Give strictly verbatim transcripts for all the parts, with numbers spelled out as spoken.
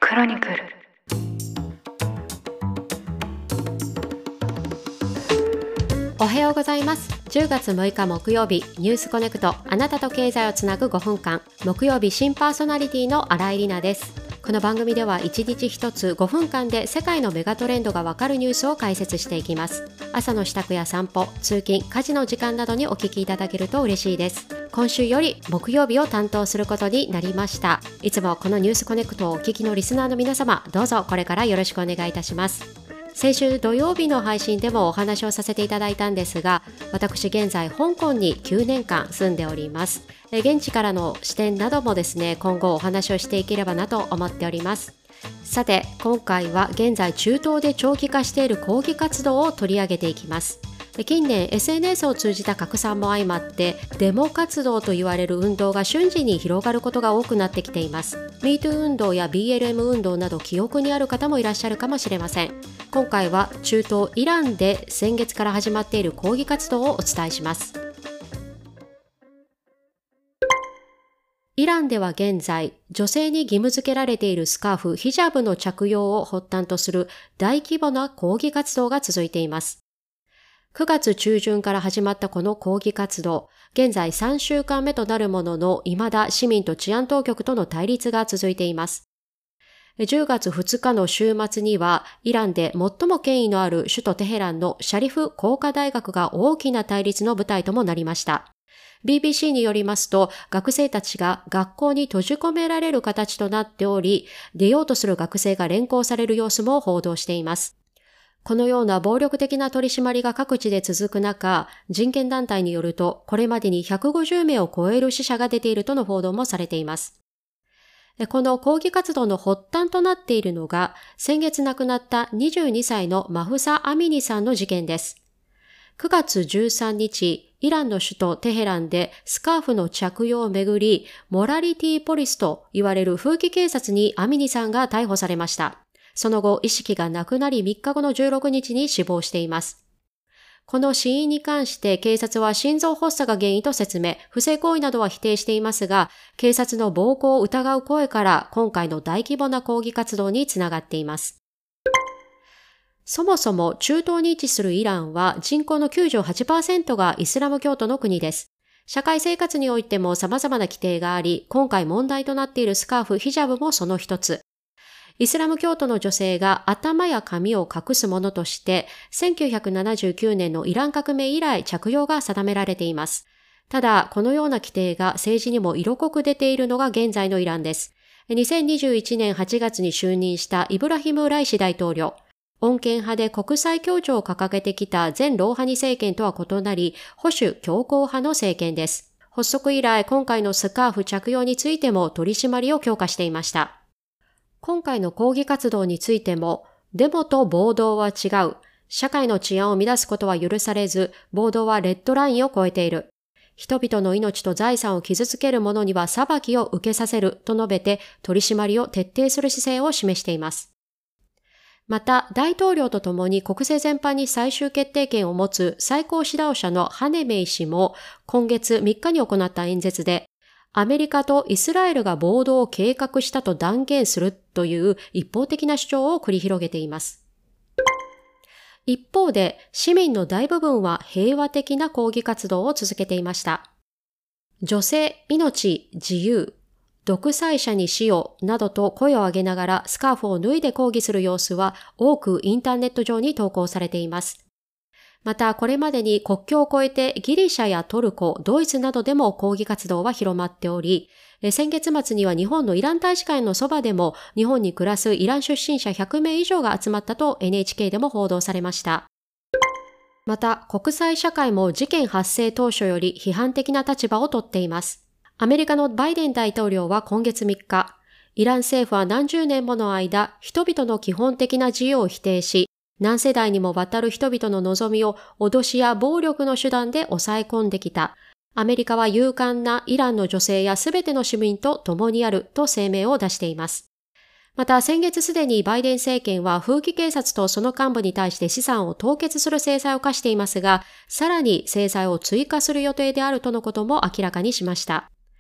クロニクル。 おはようございます。じゅうがつむいか木曜日、ニュースコネクト、あなたと経済をつなぐごふんかん。木曜日新パーソナリティの新井里奈です。この番組ではいちにちひとつごふんかんで世界のメガトレンドがわかるニュースを解説していきます。朝の支度や散歩、通勤、家事の時間などにお聞きいただけると嬉しいです。今週より木曜日を担当することになりました。いつもこのニュースコネクトをお聞きのリスナーの皆様、どうぞこれからよろしくお願いいたします。先週土曜日の配信でもお話をさせていただいたんですが、私現在香港にきゅうねんかん住んでおります。現地からの視点などもですね、今後お話をしていければなと思っております。さて、今回は現在中東で長期化している抗議活動を取り上げていきます。近年 エスエヌエス を通じた拡散も相まってデモ活動と言われる運動が瞬時に広がることが多くなってきています。 ミートゥー 運動や ビーエルエム 運動など記憶にある方もいらっしゃるかもしれません。今回は中東イランで先月から始まっている抗議活動をお伝えします。イランでは現在、女性に義務付けられているスカーフ、ヒジャブの着用を発端とする大規模な抗議活動が続いています。くがつちゅうじゅんから始まったこの抗議活動、現在さんしゅうかんめとなるものの、未だ市民と治安当局との対立が続いています。じゅうがつふつかの週末には、イランで最も権威のある首都テヘランのシャリフ工科大学が大きな対立の舞台ともなりました。ビービーシー によりますと、学生たちが学校に閉じ込められる形となっており、出ようとする学生が連行される様子も報道しています。このような暴力的な取り締まりが各地で続く中、人権団体によると、これまでにひゃくごじゅうめいを超える死者が出ているとの報道もされています。この抗議活動の発端となっているのが、先月亡くなったにじゅうにさいのマフサ・アミニさんの事件です。くがつじゅうさんにち、イランの首都テヘランでスカーフの着用をめぐり、モラリティポリスと言われる風紀警察にアミニさんが逮捕されました。その後、意識がなくなりみっかごのじゅうろくにちに死亡しています。この死因に関して警察は心臓発作が原因と説明、不正行為などは否定していますが、警察の暴行を疑う声から今回の大規模な抗議活動につながっています。そもそも中東に位置するイランは人口の きゅうじゅうはちパーセント がイスラム教徒の国です。社会生活においても様々な規定があり、今回問題となっているスカーフ、ヒジャブもその一つ。イスラム教徒の女性が頭や髪を隠すものとして、せんきゅうひゃくななじゅうきゅうねんのイラン革命以来着用が定められています。ただ、このような規定が政治にも色濃く出ているのが現在のイランです。にせんにじゅういちねんはちがつに就任したイブラヒム・ライシ大統領。穏健派で国際協調を掲げてきた前ローハニ政権とは異なり、保守強硬派の政権です。発足以来、今回のスカーフ着用についても取り締まりを強化していました。今回の抗議活動についても、デモと暴動は違う。社会の治安を乱すことは許されず、暴動はレッドラインを超えている。人々の命と財産を傷つける者には裁きを受けさせると述べて、取り締まりを徹底する姿勢を示しています。また、大統領とともに国政全般に最終決定権を持つ最高指導者のハネメイ氏も、今月みっかに行った演説で、アメリカとイスラエルが暴動を計画したと断言するという一方的な主張を繰り広げています。一方で、市民の大部分は平和的な抗議活動を続けていました。女性、命、自由、独裁者に死をなどと声を上げながらスカーフを脱いで抗議する様子は多くインターネット上に投稿されています。また、これまでに国境を越えてギリシャやトルコ、ドイツなどでも抗議活動は広まっており、先月末には日本のイラン大使館のそばでも日本に暮らすイラン出身者ひゃくめい以上が集まったと エヌエイチケー でも報道されました。また、国際社会も事件発生当初より批判的な立場をとっています。アメリカのバイデン大統領は今月みっか、イラン政府は何十年もの間、人々の基本的な自由を否定し、何世代にもわたる人々の望みを脅しや暴力の手段で抑え込んできた。アメリカは勇敢なイランの女性やすべての市民と共にあると声明を出しています。また先月すでにバイデン政権は風紀警察とその幹部に対して資産を凍結する制裁を課していますが、さらに制裁を追加する予定であるとのことも明らかにしました。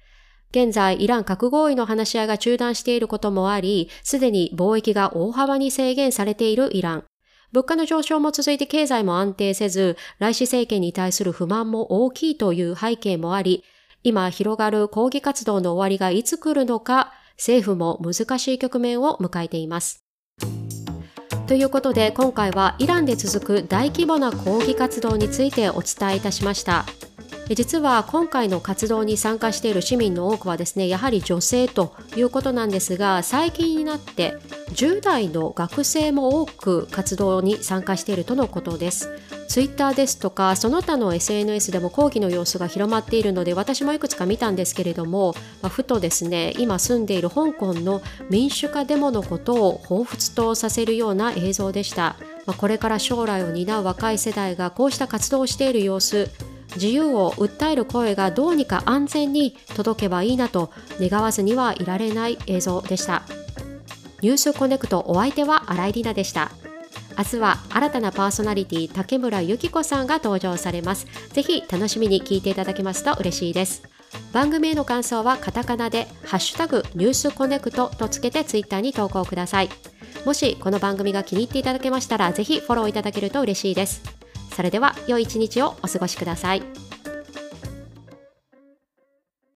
現在、イラン核合意の話し合いが中断していることもあり、すでに貿易が大幅に制限されているイラン。物価の上昇も続いて経済も安定せず、ライシ政権に対する不満も大きいという背景もあり、今広がる抗議活動の終わりがいつ来るのか、政府も難しい局面を迎えています。ということで、今回はイランで続く大規模な抗議活動についてお伝えいたしました。実は今回の活動に参加している市民の多くはですね、やはり女性ということなんですが、最近になってじゅう代の学生も多く活動に参加しているとのことです。ツイッターですとかその他の エスエヌエス でも抗議の様子が広まっているので、私もいくつか見たんですけれども、まあ、ふとですね、今住んでいる香港の民主化デモのことを彷彿とさせるような映像でした。まあ、これから将来を担う若い世代がこうした活動をしている様子、自由を訴える声がどうにか安全に届けばいいなと願わずにはいられない映像でした。ニュースコネクト、お相手は新井里奈でした。明日は新たなパーソナリティ竹村由紀子さんが登場されます。ぜひ楽しみに聞いていただけますと嬉しいです。番組への感想はカタカナでハッシュタグニュースコネクトとつけてツイッターに投稿ください。もしこの番組が気に入っていただけましたら、ぜひフォローいただけると嬉しいです。それでは良い一日をお過ごしください。